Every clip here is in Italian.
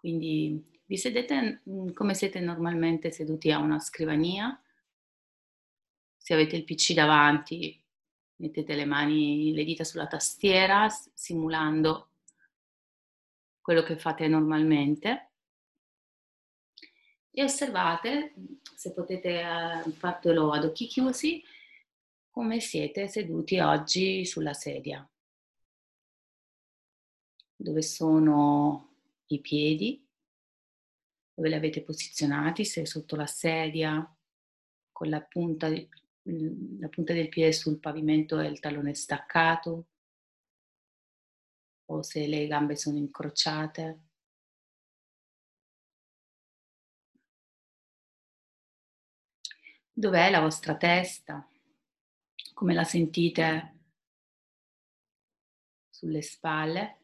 Quindi vi sedete, come siete normalmente seduti a una scrivania. Se avete il PC davanti, mettete le dita sulla tastiera, simulando quello che fate normalmente e osservate, se potete, fatelo ad occhi chiusi, come siete seduti oggi sulla sedia. Dove sono i piedi, dove li avete posizionati, se sotto la sedia, con la punta del piede sul pavimento e il tallone staccato, o se le gambe sono incrociate. Dov'è la vostra testa? Come la sentite sulle spalle?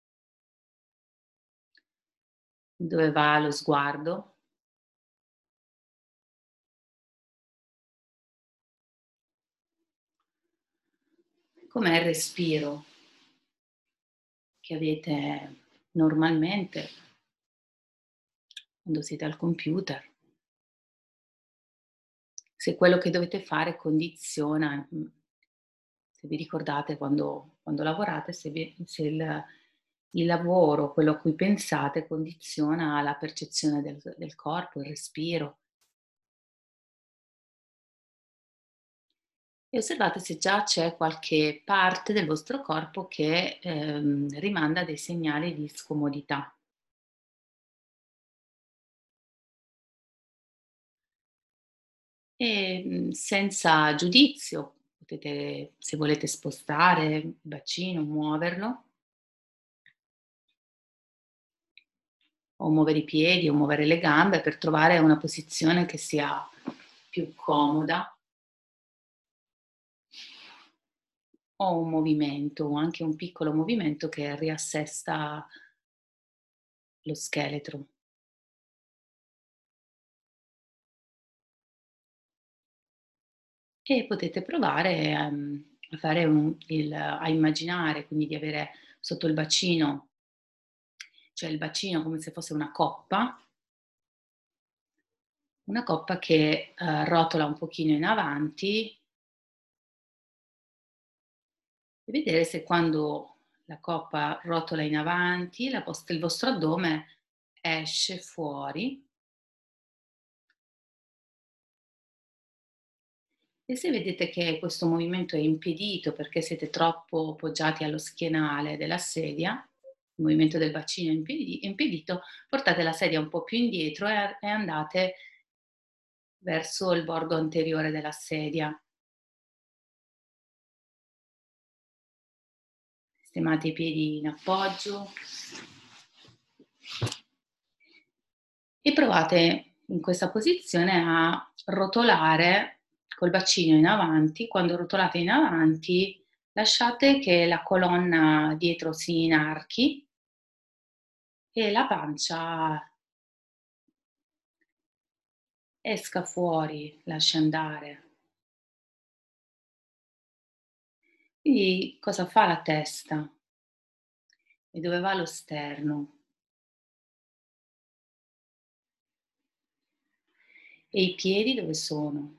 Dove va lo sguardo? Com'è il respiro che avete normalmente quando siete al computer? Se quello che dovete fare condiziona, se vi ricordate quando lavorate, se il lavoro, quello a cui pensate, condiziona la percezione del corpo, il respiro. E osservate se già c'è qualche parte del vostro corpo che, rimanda dei segnali di scomodità. Senza giudizio potete, se volete, spostare il bacino, muoverlo, o muovere i piedi o muovere le gambe per trovare una posizione che sia più comoda, o un movimento, o anche un piccolo movimento che riassesta lo scheletro. E potete provare, a fare a immaginare, quindi di avere sotto il bacino, cioè il bacino come se fosse una coppa che, rotola un pochino in avanti, e vedere se quando la coppa rotola in avanti, il vostro addome esce fuori, e se vedete che questo movimento è impedito perché siete troppo poggiati allo schienale della sedia, il movimento del bacino è impedito, portate la sedia un po' più indietro e andate verso il bordo anteriore della sedia. Sistemate i piedi in appoggio e provate in questa posizione a rotolare col bacino in avanti. Quando rotolate in avanti, lasciate che la colonna dietro si inarchi e la pancia esca fuori, lasci andare. Quindi cosa fa la testa e dove va lo sterno? E i piedi dove sono?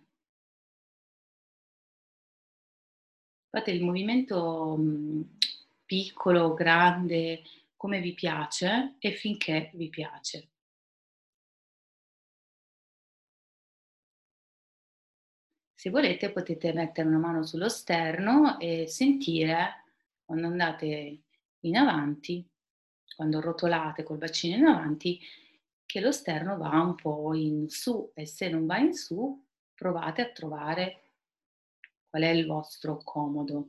Fate il movimento, piccolo, grande, come vi piace e finché vi piace. Se volete potete mettere una mano sullo sterno e sentire quando andate in avanti, quando rotolate col bacino in avanti, che lo sterno va un po' in su, e se non va in su provate a trovare qual è il vostro comodo.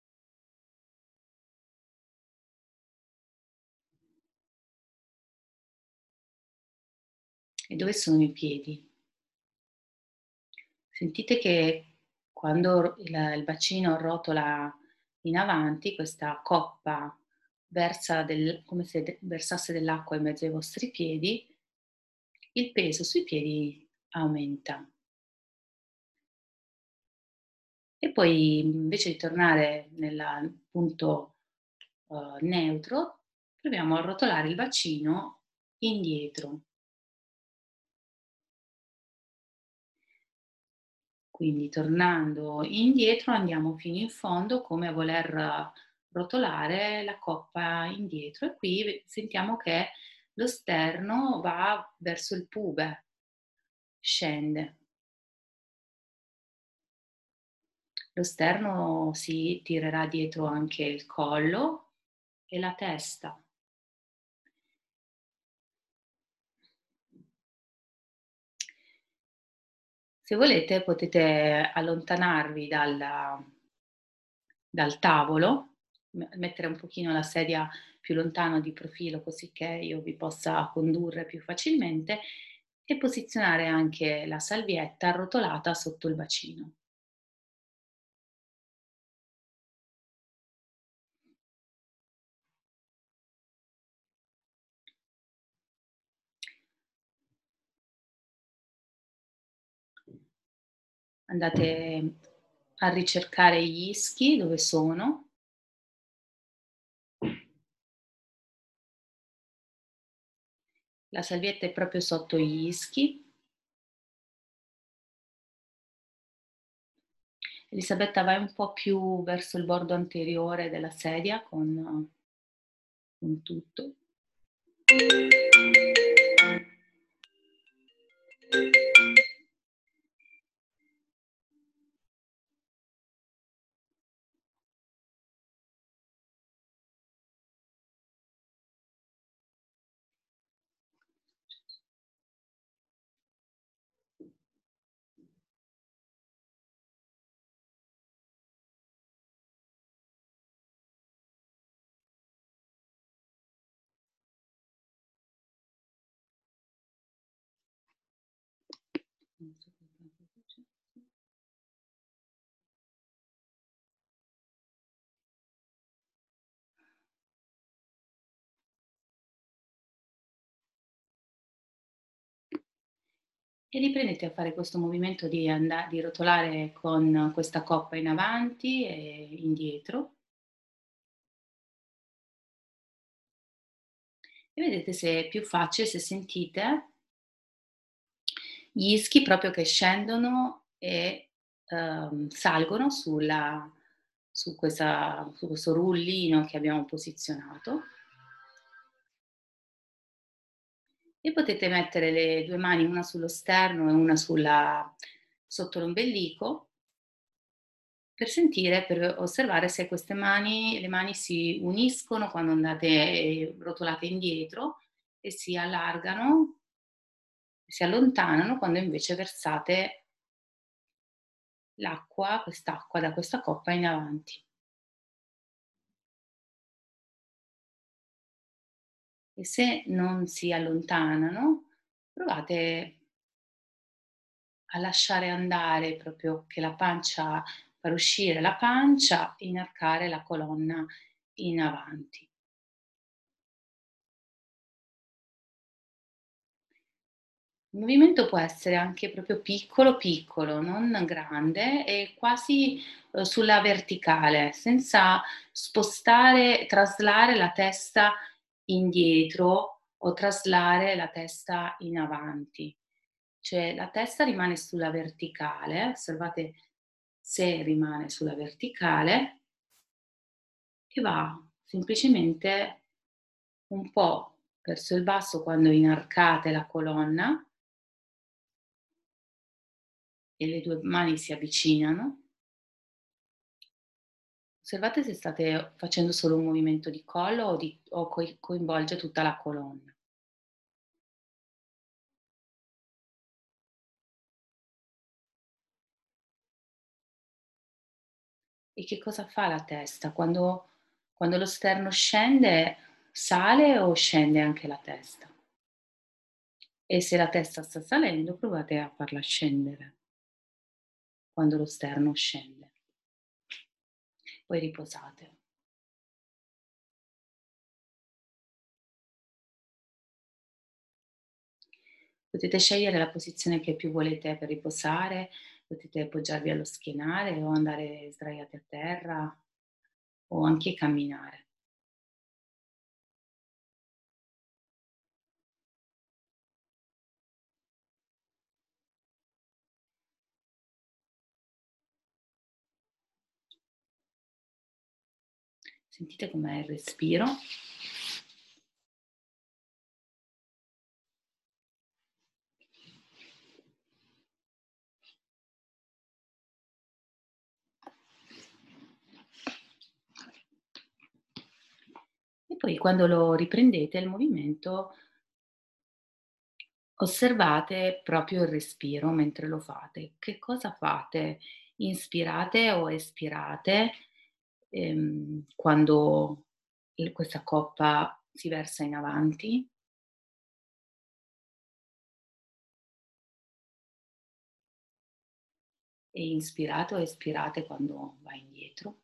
E dove sono i piedi? Sentite che quando il bacino rotola in avanti, questa coppa come se versasse dell'acqua in mezzo ai vostri piedi, il peso sui piedi aumenta. E poi invece di tornare nel punto, neutro, proviamo a rotolare il bacino indietro. Quindi tornando indietro andiamo fino in fondo come a voler rotolare la coppa indietro e qui sentiamo che lo sterno va verso il pube, scende. Lo sterno si tirerà dietro anche il collo e la testa. Se volete potete allontanarvi dal tavolo, mettere un pochino la sedia più lontano di profilo così che io vi possa condurre più facilmente e posizionare anche la salvietta arrotolata sotto il bacino. Andate a ricercare gli ischi dove sono. La salvietta è proprio sotto gli ischi. Elisabetta, vai un po' più verso il bordo anteriore della sedia con tutto. Non so cosa è successo. E riprendete a fare questo movimento di rotolare con questa coppa in avanti e indietro e vedete se è più facile, se sentite gli ischi proprio che scendono e salgono su questo rullino che abbiamo posizionato. E potete mettere le 2 mani, una sullo sterno e una sotto l'ombelico, per osservare se queste mani le mani si uniscono quando rotolate indietro e si allargano, si allontanano quando invece versate quest'acqua da questa coppa in avanti. E se non si allontanano, provate a lasciare andare proprio che la pancia far uscire la pancia e inarcare la colonna in avanti. Il movimento può essere anche proprio piccolo, piccolo, non grande e quasi, sulla verticale, senza traslare la testa indietro o traslare la testa in avanti. Cioè la testa rimane sulla verticale, osservate se rimane sulla verticale e va semplicemente un po' verso il basso quando inarcate la colonna e le 2 mani si avvicinano. Osservate se state facendo solo un movimento di collo o coinvolge tutta la colonna. E che cosa fa la testa? Quando lo sterno scende, sale o scende anche la testa? E se la testa sta salendo, provate a farla scendere quando lo sterno scende. Poi riposate. Potete scegliere la posizione che più volete per riposare, potete appoggiarvi allo schienale o andare sdraiati a terra o anche camminare. Sentite com'è il respiro. E poi quando lo riprendete il movimento, osservate proprio il respiro mentre lo fate. Che cosa fate? Inspirate o espirate, quando questa coppa si versa in avanti? E inspirate o espirate quando va indietro?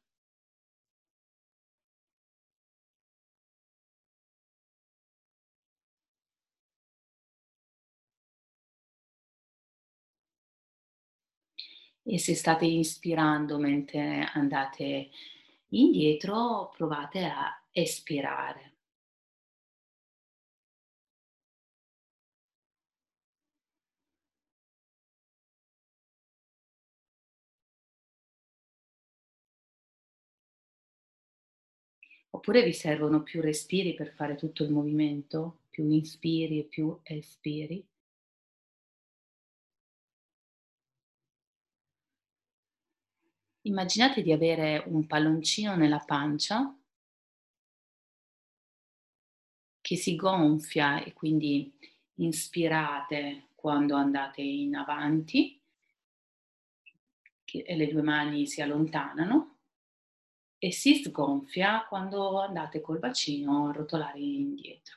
E se state inspirando mentre andate indietro, provate a espirare. Oppure vi servono più respiri per fare tutto il movimento? Più inspiri e più espiri? Immaginate di avere un palloncino nella pancia che si gonfia e quindi inspirate quando andate in avanti e le due mani si allontanano e si sgonfia quando andate col bacino a rotolare indietro.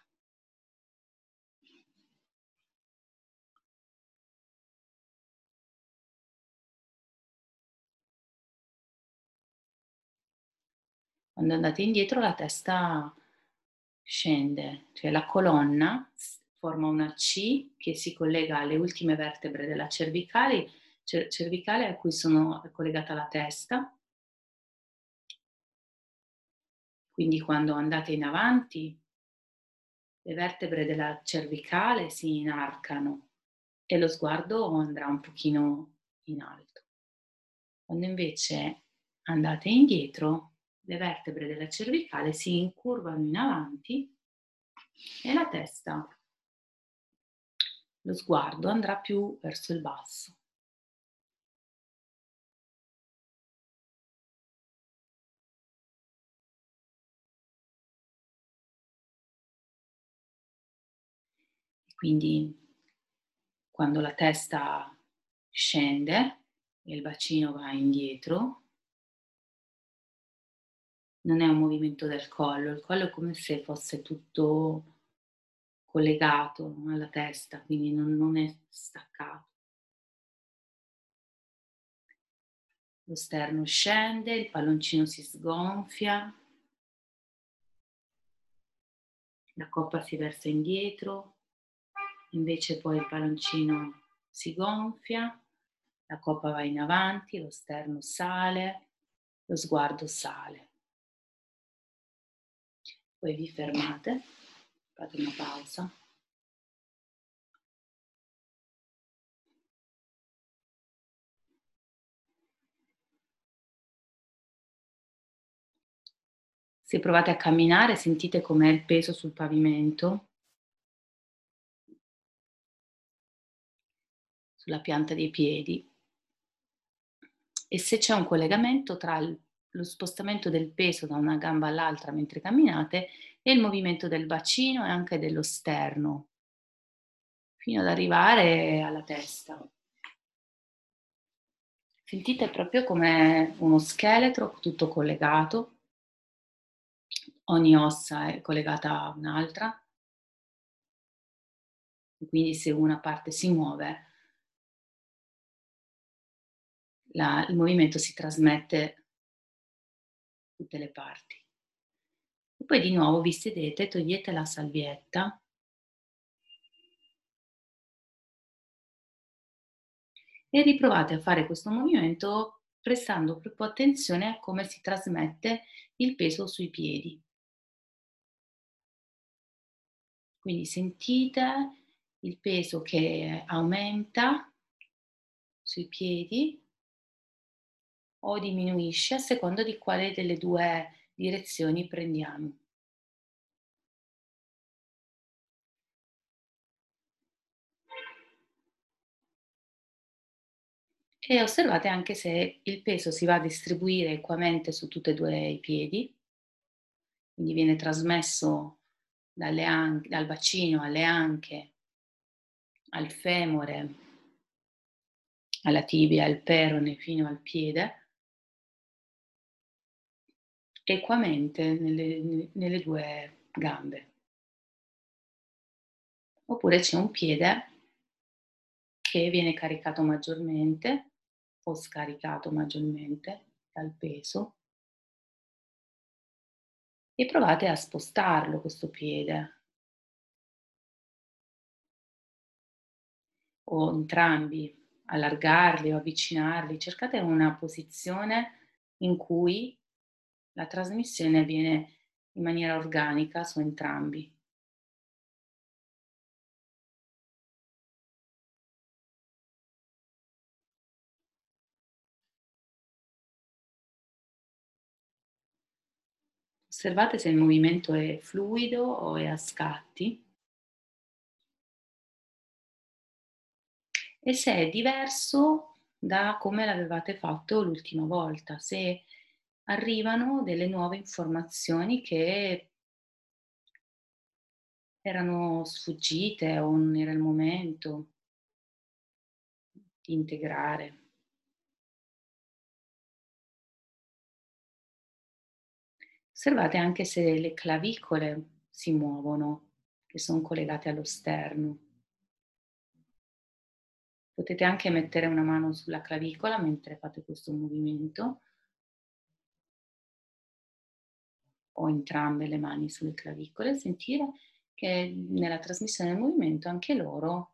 Quando andate indietro la testa scende, cioè la colonna forma una C che si collega alle ultime vertebre della cervicale a cui sono collegata la testa. Quindi quando andate in avanti, le vertebre della cervicale si inarcano e lo sguardo andrà un pochino in alto. Quando invece andate indietro, le vertebre della cervicale si incurvano in avanti e la testa, lo sguardo andrà più verso il basso. E quindi quando la testa scende e il bacino va indietro, non è un movimento del collo, il collo è come se fosse tutto collegato alla testa, quindi non è staccato. Lo sterno scende, il palloncino si sgonfia, la coppa si versa indietro, invece poi il palloncino si gonfia, la coppa va in avanti, lo sterno sale, lo sguardo sale. Poi vi fermate, fate una pausa. Se provate a camminare, sentite com'è il peso sul pavimento, sulla pianta dei piedi e se c'è un collegamento tra lo spostamento del peso da una gamba all'altra mentre camminate e il movimento del bacino e anche dello sterno, fino ad arrivare alla testa. Sentite proprio come uno scheletro tutto collegato, ogni ossa è collegata a un'altra, e quindi se una parte si muove, il movimento si trasmette a tutte le parti. E poi di nuovo vi sedete, togliete la salvietta e riprovate a fare questo movimento prestando proprio attenzione a come si trasmette il peso sui piedi. Quindi sentite il peso che aumenta sui piedi o diminuisce a seconda di quale delle due direzioni prendiamo. E osservate anche se il peso si va a distribuire equamente su tutte e 2 i piedi, quindi viene trasmesso dal bacino alle anche, al femore, alla tibia, al perone fino al piede, equamente nelle 2 gambe. Oppure c'è un piede che viene caricato maggiormente o scaricato maggiormente dal peso e provate a spostarlo questo piede, o entrambi, allargarli o avvicinarli. Cercate una posizione in cui la trasmissione avviene in maniera organica su entrambi. Osservate se il movimento è fluido o è a scatti e se è diverso da come l'avevate fatto l'ultima volta, se arrivano delle nuove informazioni che erano sfuggite o non era il momento di integrare. Osservate anche se le clavicole si muovono, che son collegate allo sterno. Potete anche mettere una mano sulla clavicola mentre fate questo movimento o entrambe le mani sulle clavicole e sentire che nella trasmissione del movimento anche loro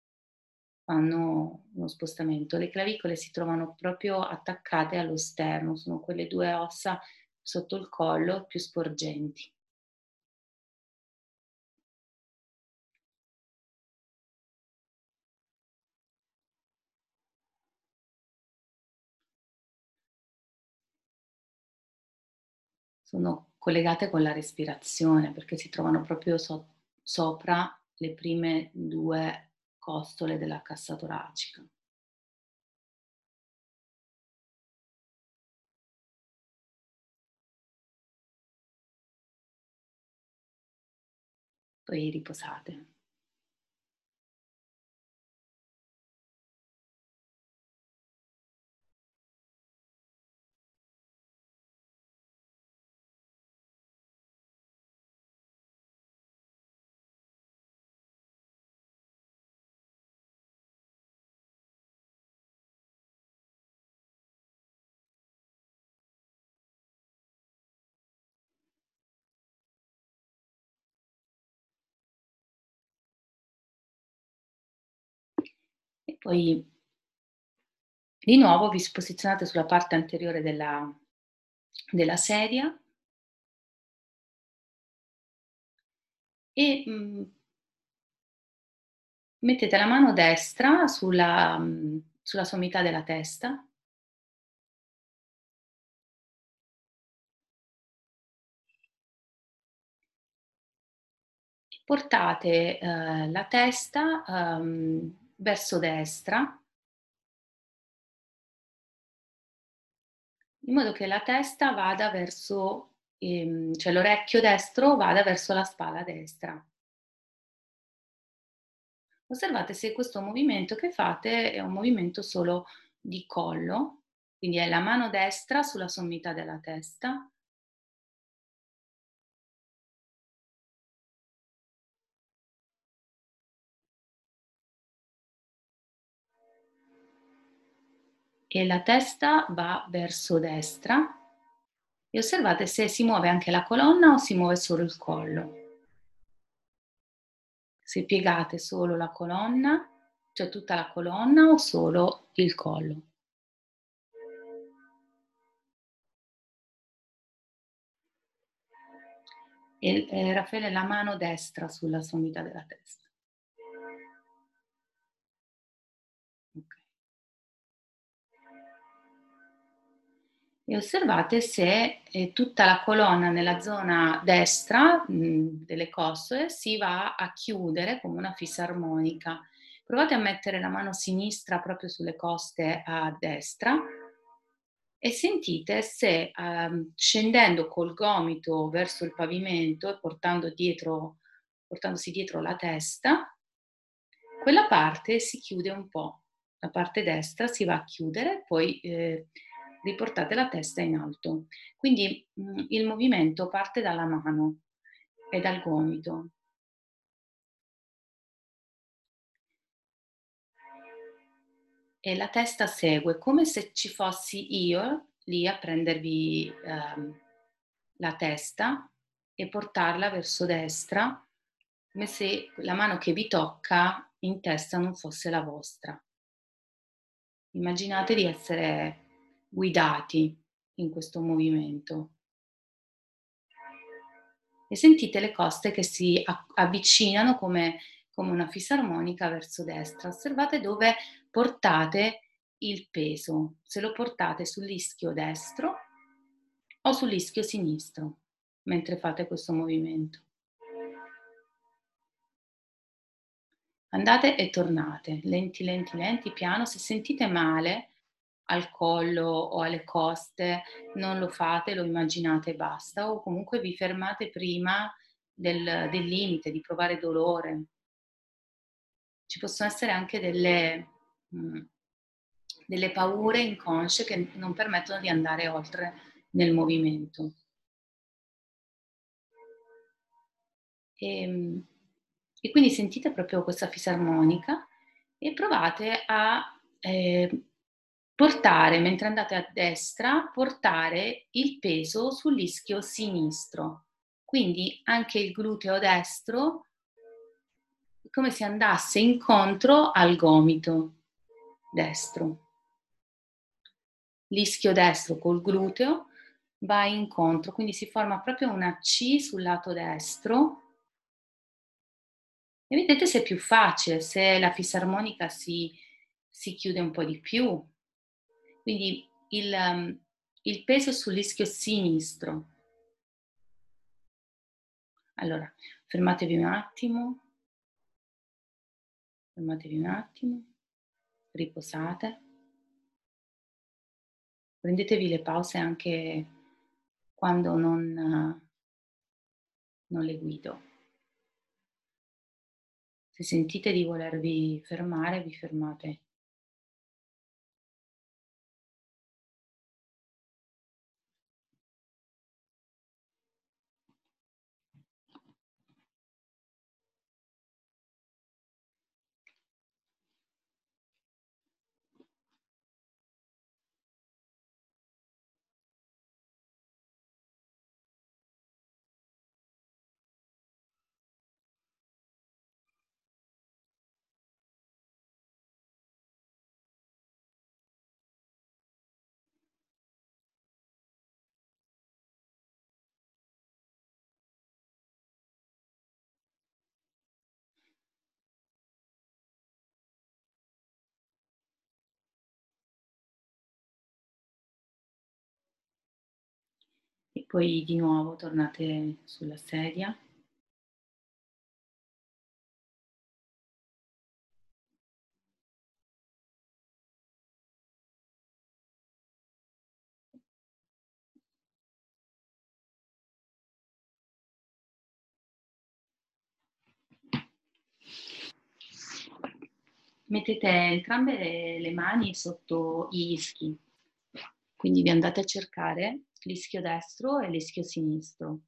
fanno uno spostamento. Le clavicole si trovano proprio attaccate allo sterno, sono quelle 2 ossa sotto il collo più sporgenti. Sono collegate con la respirazione perché si trovano proprio sopra le prime 2 costole della cassa toracica. Poi riposate. E poi di nuovo vi posizionate sulla parte anteriore della sedia e, mettete la mano destra sulla sommità della testa e portate, la testa, verso destra, in modo che la testa vada verso cioè l'orecchio destro vada verso la spalla destra. Osservate se questo movimento che fate è un movimento solo di collo, quindi è la mano destra sulla sommità della testa e la testa va verso destra e osservate se si muove anche la colonna o si muove solo il collo. Se piegate solo la colonna, cioè tutta la colonna o solo il collo. E, Raffaele, la mano destra sulla sommità della testa. Okay. e osservate se, tutta la colonna nella zona destra, delle costole si va a chiudere come una fisarmonica. Provate a mettere la mano sinistra proprio sulle coste a destra e sentite se, scendendo col gomito verso il pavimento e portandosi dietro la testa, quella parte si chiude un po'. La parte destra si va a chiudere, poi, riportate la testa in alto. Quindi, il movimento parte dalla mano e dal gomito. E la testa segue, come se ci fossi io lì a prendervi, la testa e portarla verso destra, come se la mano che vi tocca in testa non fosse la vostra. Immaginate di essere guidati in questo movimento e sentite le coste che si avvicinano come una fisarmonica verso destra. Osservate dove portate il peso, se lo portate sull'ischio destro o sull'ischio sinistro mentre fate questo movimento. Andate e tornate, lenti, lenti, lenti, piano. Se sentite male al collo o alle coste, non lo fate, lo immaginate e basta, o comunque vi fermate prima del limite, di provare dolore. Ci possono essere anche mhmm, delle paure inconsce che non permettono di andare oltre nel movimento. Ehm, e quindi sentite proprio questa fisarmonica e provate a, portare, mentre andate a destra, portare il peso sull'ischio sinistro. Quindi anche il gluteo destro, come se andasse incontro al gomito destro. L'ischio destro col gluteo va incontro, quindi si forma proprio una C sul lato destro e vedete se è più facile, se la fisarmonica si chiude un po' di più. Quindi il peso sull'ischio sinistro. Allora, fermatevi un attimo, riposate, prendetevi le pause anche quando non le guido. Se sentite di volervi fermare, vi fermate. E poi di nuovo tornate sulla sedia. Mettete entrambe le mani sotto gli ischi, quindi vi andate a cercare l'ischio destro e l'ischio sinistro,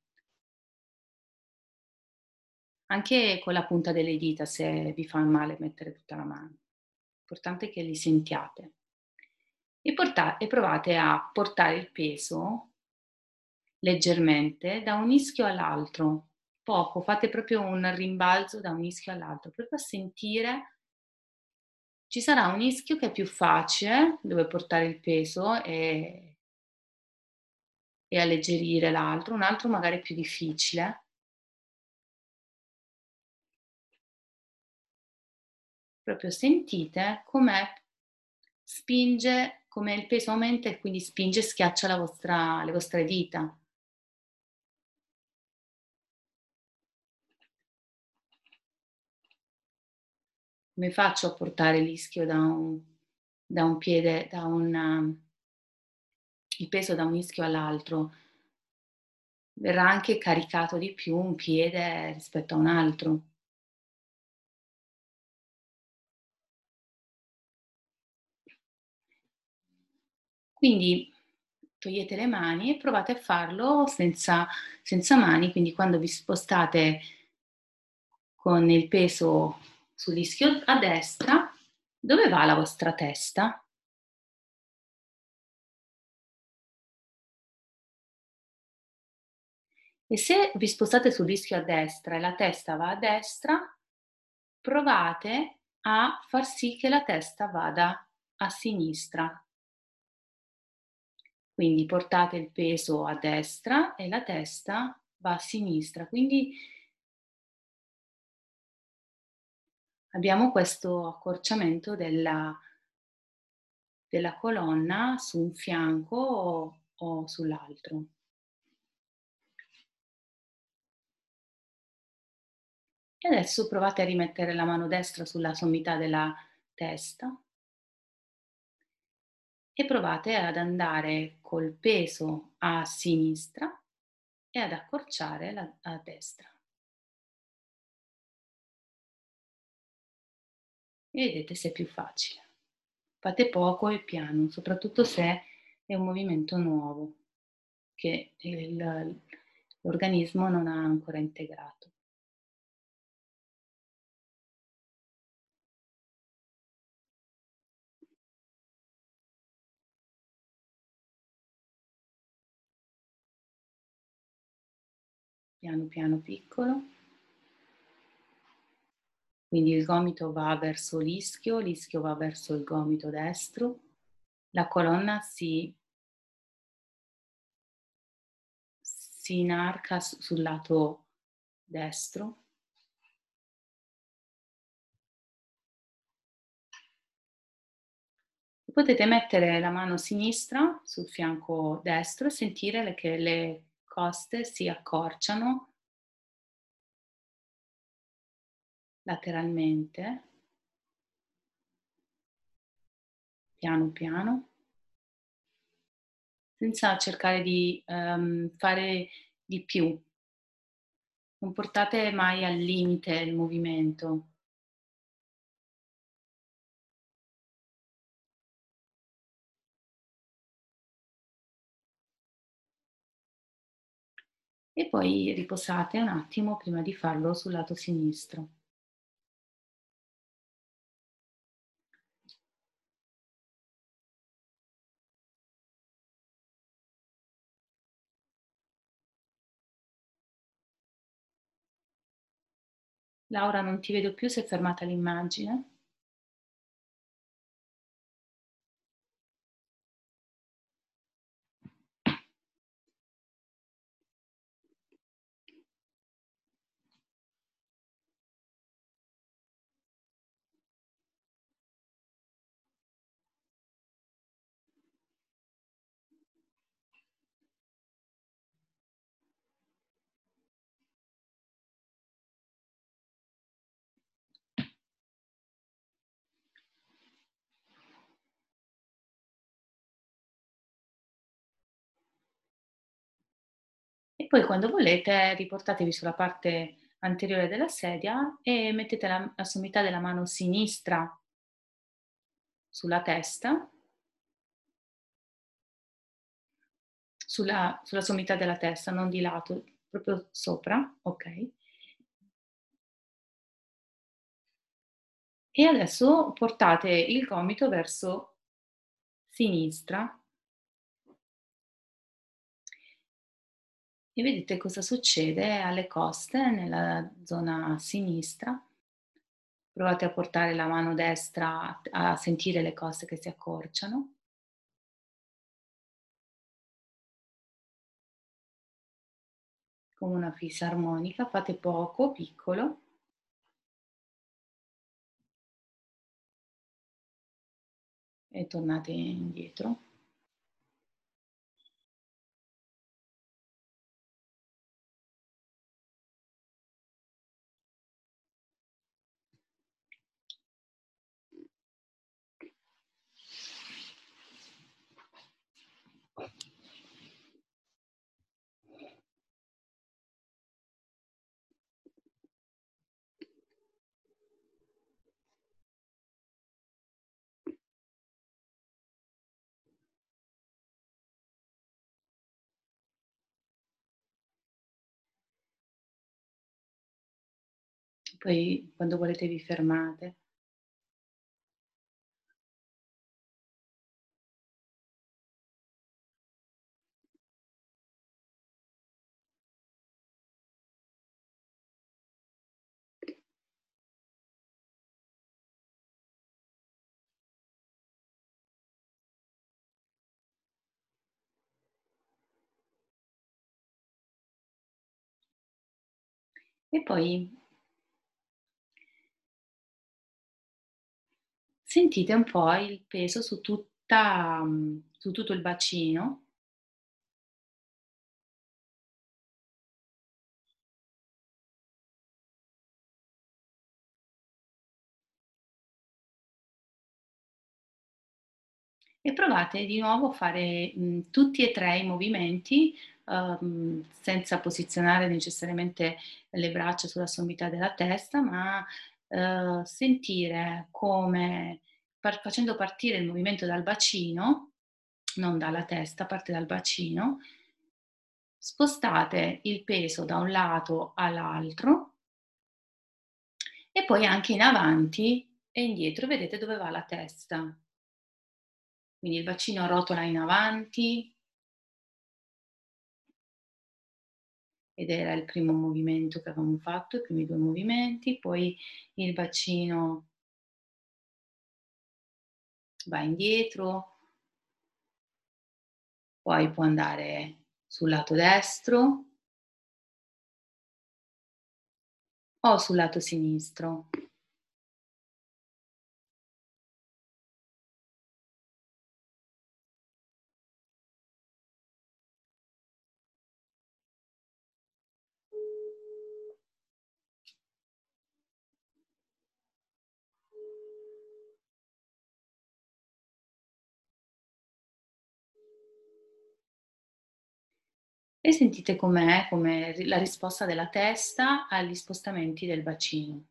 anche con la punta delle dita se vi fa male mettere tutta la mano. L'importante è che li sentiate. E provate a portare il peso leggermente da un ischio all'altro, poco, fate proprio un rimbalzo da un ischio all'altro, proprio a sentire. Ci sarà un ischio che è più facile, dove portare il peso e alleggerire l'altro, un altro magari più difficile. Proprio sentite com'è spinge come il peso aumenta e quindi spinge e schiaccia le vostre dita. Come faccio a portare l'ischio da un piede, il peso da un ischio all'altro? Verrà anche caricato di più un piede rispetto a un altro. Quindi togliete le mani e provate a farlo senza mani, quindi quando vi spostate con il peso sull'ischio a destra, dove va la vostra testa? E se vi spostate sull'ischio a destra e la testa va a destra, provate a far sì che la testa vada a sinistra. Quindi portate il peso a destra e la testa va a sinistra. Quindi abbiamo questo accorciamento della colonna su un fianco o sull'altro. E adesso provate a rimettere la mano destra sulla sommità della testa e provate ad andare col peso a sinistra e ad accorciare a destra. E vedete se è più facile. Fate poco e piano, soprattutto se è un movimento nuovo che l'organismo non ha ancora integrato. Piano piano piccolo. Quindi il gomito va verso l'ischio va verso il gomito destro, la colonna si inarca sul lato destro. Potete mettere la mano sinistra sul fianco destro e sentire che le coste si accorciano lateralmente, piano piano, senza cercare di fare di più. Non portate mai al limite il movimento. E poi riposate un attimo prima di farlo sul lato sinistro. Laura, non ti vedo più, si è fermata l'immagine. E poi quando volete riportatevi sulla parte anteriore della sedia e mettete la sommità della mano sinistra sulla testa, sulla sommità della testa, non di lato, proprio sopra, ok? E adesso portate il gomito verso sinistra e vedete cosa succede alle coste nella zona sinistra. Provate a portare la mano destra a sentire le coste che si accorciano. Come una fisarmonica, fate poco, piccolo. e tornate indietro. Poi quando volete vi fermate. E poi sentite un po' il peso su tutto il bacino e provate di nuovo a fare, tutti e 3 i movimenti, senza posizionare necessariamente le braccia sulla sommità della testa, ma, sentire come facendo partire il movimento dal bacino, non dalla testa, parte dal bacino, spostate il peso da un lato all'altro e poi anche in avanti e indietro, vedete dove va la testa. Quindi il bacino rotola in avanti ed era il primo movimento che avevamo fatto, i primi 2 movimenti, poi il bacino va indietro, poi può andare sul lato destro o sul lato sinistro. E sentite com'è, come la risposta della testa agli spostamenti del bacino.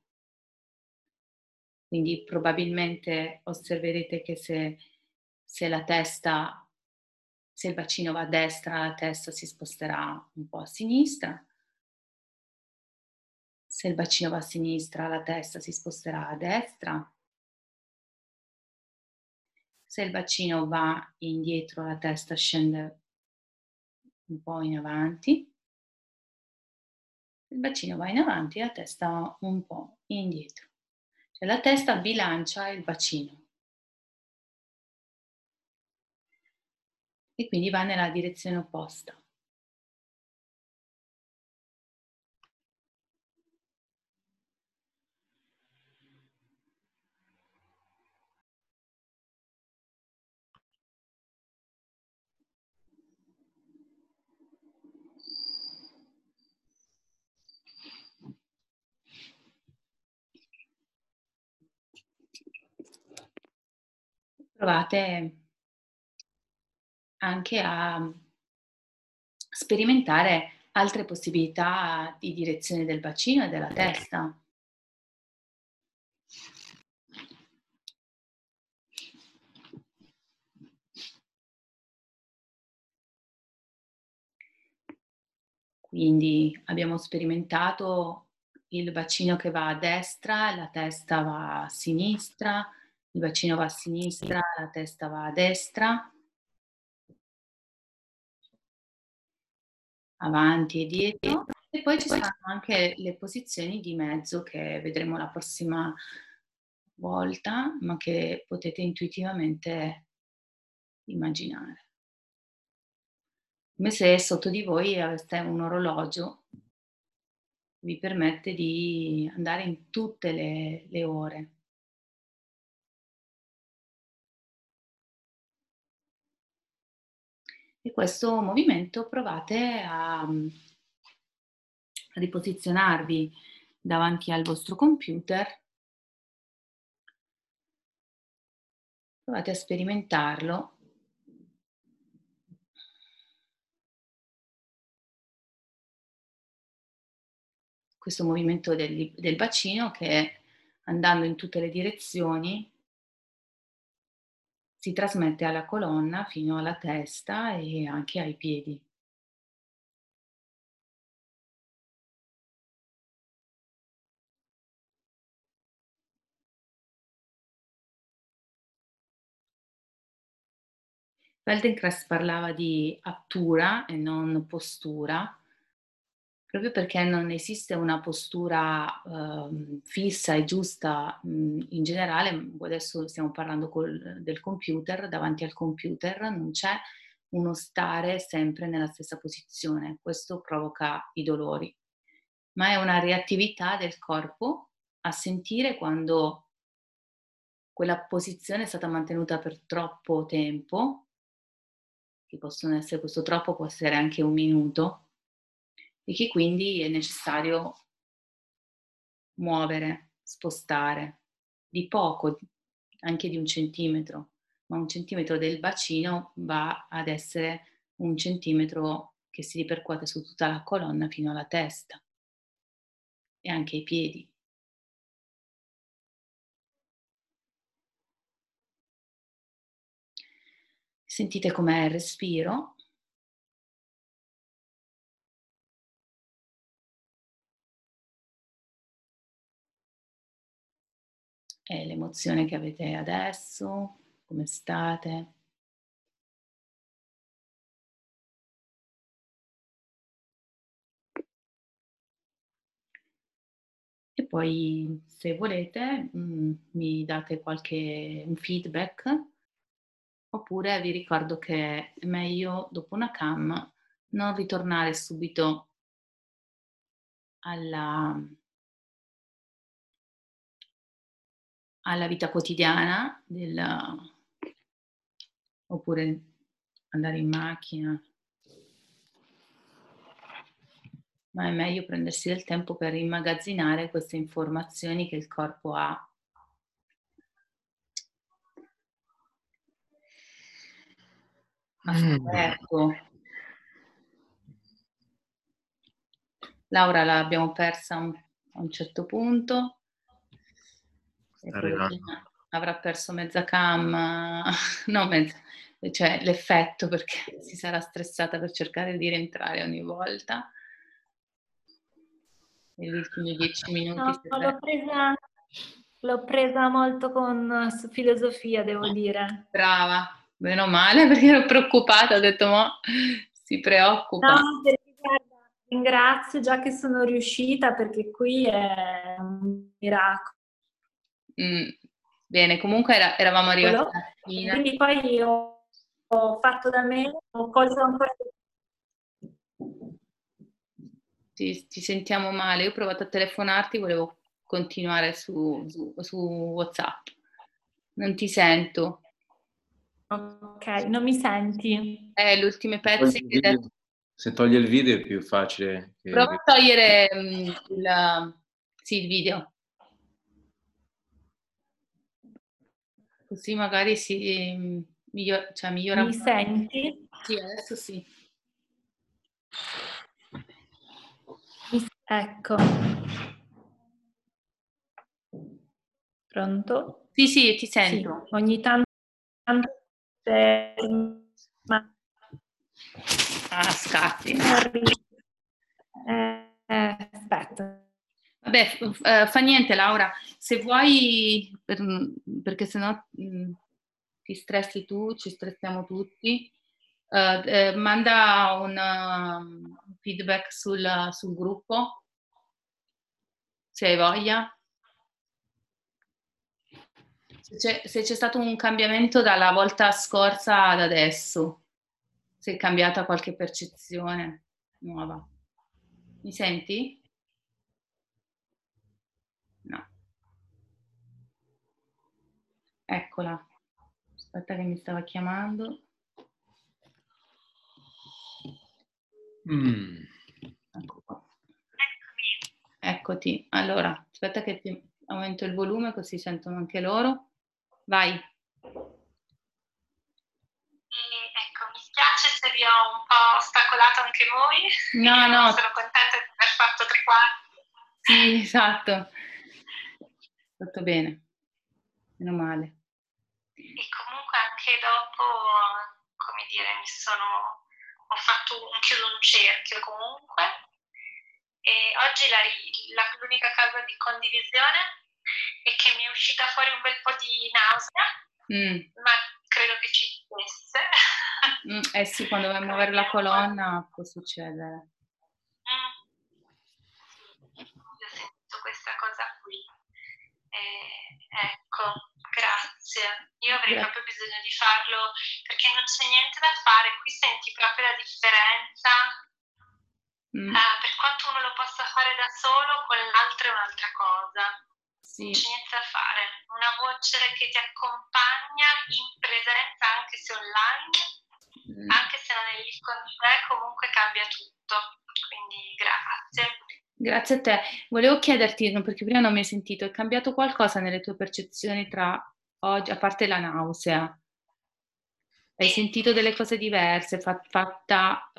Quindi probabilmente osserverete che se la testa se il bacino va a destra, la testa si sposterà un po' a sinistra, se il bacino va a sinistra, la testa si sposterà a destra, se il bacino va indietro, la testa scende un po' in avanti, se il bacino va in avanti, la testa va un po' indietro. Cioè la testa bilancia il bacino e quindi va nella direzione opposta. Provate anche a sperimentare altre possibilità di direzione del bacino e della testa. Quindi abbiamo sperimentato il bacino che va a destra, la testa va a sinistra, il bacino va a sinistra, la testa va a destra, avanti e dietro. E poi ci saranno anche le posizioni di mezzo che vedremo la prossima volta, ma che potete intuitivamente immaginare. Come se sotto di voi aveste un orologio, vi permette di andare in tutte le ore. E questo movimento provate a riposizionarvi davanti al vostro computer, provate a sperimentarlo. Questo movimento del bacino che, andando in tutte le direzioni, si trasmette alla colonna fino alla testa e anche ai piedi. Feldenkrais parlava di attura e non postura, proprio perché non esiste una postura fissa e giusta in generale. Adesso stiamo parlando del computer, davanti al computer non c'è uno stare sempre nella stessa posizione, questo provoca i dolori, ma è una reattività del corpo a sentire quando quella posizione è stata mantenuta per troppo tempo, che possono essere, questo troppo può essere anche 1 minuto, e che quindi è necessario muovere, spostare di poco, anche di 1 centimetro, ma 1 centimetro del bacino va ad essere 1 centimetro che si ripercuote su tutta la colonna fino alla testa e anche ai piedi. Sentite com'è il respiro e l'emozione che avete adesso, come state. E poi, se volete, mi date un feedback, oppure vi ricordo che è meglio, dopo una CAM, non ritornare subito alla alla vita quotidiana oppure andare in macchina, ma è meglio prendersi del tempo per immagazzinare queste informazioni che il corpo ha. Ha scoperto. Laura l'abbiamo persa a un certo punto e Sta arrivando. poverina avrà perso mezza cam, no mezza, cioè l'effetto, perché si sarà stressata per cercare di rientrare ogni volta. Negli ultimi 10 minuti No, si è per l'ho presa molto con filosofia, devo dire. brava, meno male perché ero preoccupata, ho detto: "Mo' si No, preoccupa". perché guarda, ringrazio già che sono riuscita perché qui è un miracolo. Mh. Bene, comunque eravamo arrivati alla E fine. quindi poi ho fatto da me, ho colto ancora. Ti sentiamo male. Io ho provato a telefonarti, volevo continuare su WhatsApp. Non ti sento. Ok, non mi senti? Gli ultimi Se togli pezzi il che hai detto. video, se togli il video è più facile Prova che... a togliere sì, il video, così magari cioè migliora un Mi po'. senti? Sì, adesso sì. Ecco. Pronto? Sì, sì, ti Sì, sento. ogni tanto ma Ah, scatti. aspetta. Vabbè, fa niente Laura, se vuoi, perché sennò ti stressi tu, ci stressiamo tutti, manda un feedback sul gruppo, se hai voglia. Se c'è stato un cambiamento dalla volta scorsa ad adesso, se è cambiata qualche percezione nuova. Mi senti? No. Eccola. Aspetta che mi stava chiamando. Ecco qua. Eccomi. Eccoti. Allora, aspetta che ti aumento il volume così sentono anche loro. Vai. Ecco, mi spiace se vi ho un po' ostacolato anche voi. No, Io no. sono contenta di aver fatto 3 quarti. Sì, esatto. Fatto bene. Meno male. E comunque anche dopo, come dire, ho fatto chiuso un cerchio comunque. E oggi l'unica cosa di condivisione è che mi è uscita fuori un bel po' di nausea, ma credo che ci stesse. Sì, quando vai a muovere la colonna può succedere. Io sento questa cosa qui. Ecco, grazie. Io avrei proprio bisogno di farlo perché non c'è niente da fare. Qui senti proprio la differenza. Per quanto uno lo possa fare da solo, con l'altro è un'altra cosa. Sì. Non c'è niente da fare. Una voce che ti accompagna in presenza, anche se online, anche se non è lì con te, comunque cambia tutto. Quindi grazie. Grazie a te. Volevo chiederti, perché prima non mi hai sentito, è cambiato qualcosa nelle tue percezioni tra oggi, a parte la nausea? Hai sentito delle cose diverse? Guarda,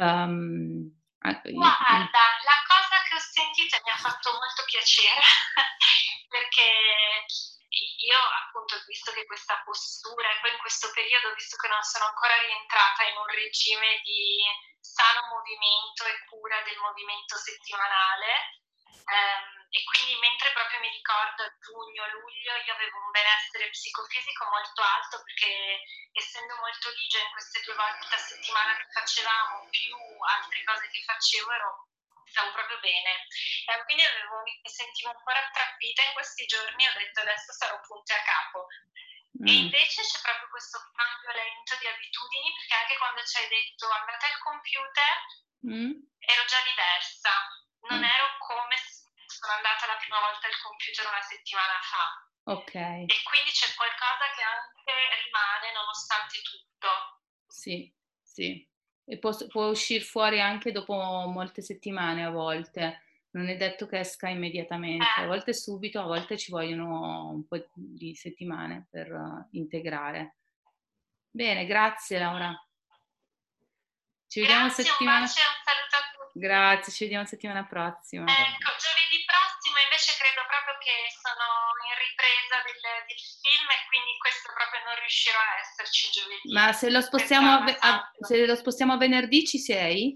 la cosa che ho sentito mi ha fatto molto piacere perché io appunto ho visto che questa postura, e poi in questo periodo, visto che non sono ancora rientrata in un regime di sano movimento e cura del movimento settimanale, e quindi mentre proprio mi ricordo a giugno-luglio io avevo un benessere psicofisico molto alto perché essendo molto ligia in queste 2 volte a settimana che facevamo più altre cose che facevo stavo proprio bene, e quindi mi sentivo un po' rattrappita in questi giorni. Ho detto adesso sarò punte a capo. E invece c'è proprio questo cambio lento di abitudini, perché anche quando ci hai detto andate al computer ero già diversa, non ero come sono andata la prima volta al computer una settimana fa. Ok. E quindi c'è qualcosa che anche rimane nonostante tutto. Sì, sì. E può uscire fuori anche dopo molte settimane a volte. Non è detto che esca immediatamente, a volte subito, a volte ci vogliono un po' di settimane per integrare. Bene, grazie Laura. Ci vediamo settimana. Un bacio e un saluto a tutti. Grazie, ci vediamo settimana prossima. Ecco, giovedì prossimo invece credo proprio che sono in ripresa del film e quindi questo proprio non riuscirò a esserci giovedì. Ma se lo spostiamo a venerdì ci sei?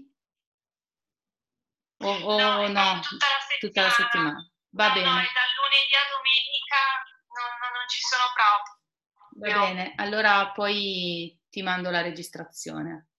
O no? Tutta la settimana. Va bene. No, e dal lunedì a domenica non ci sono proprio. Va bene, allora poi ti mando la registrazione.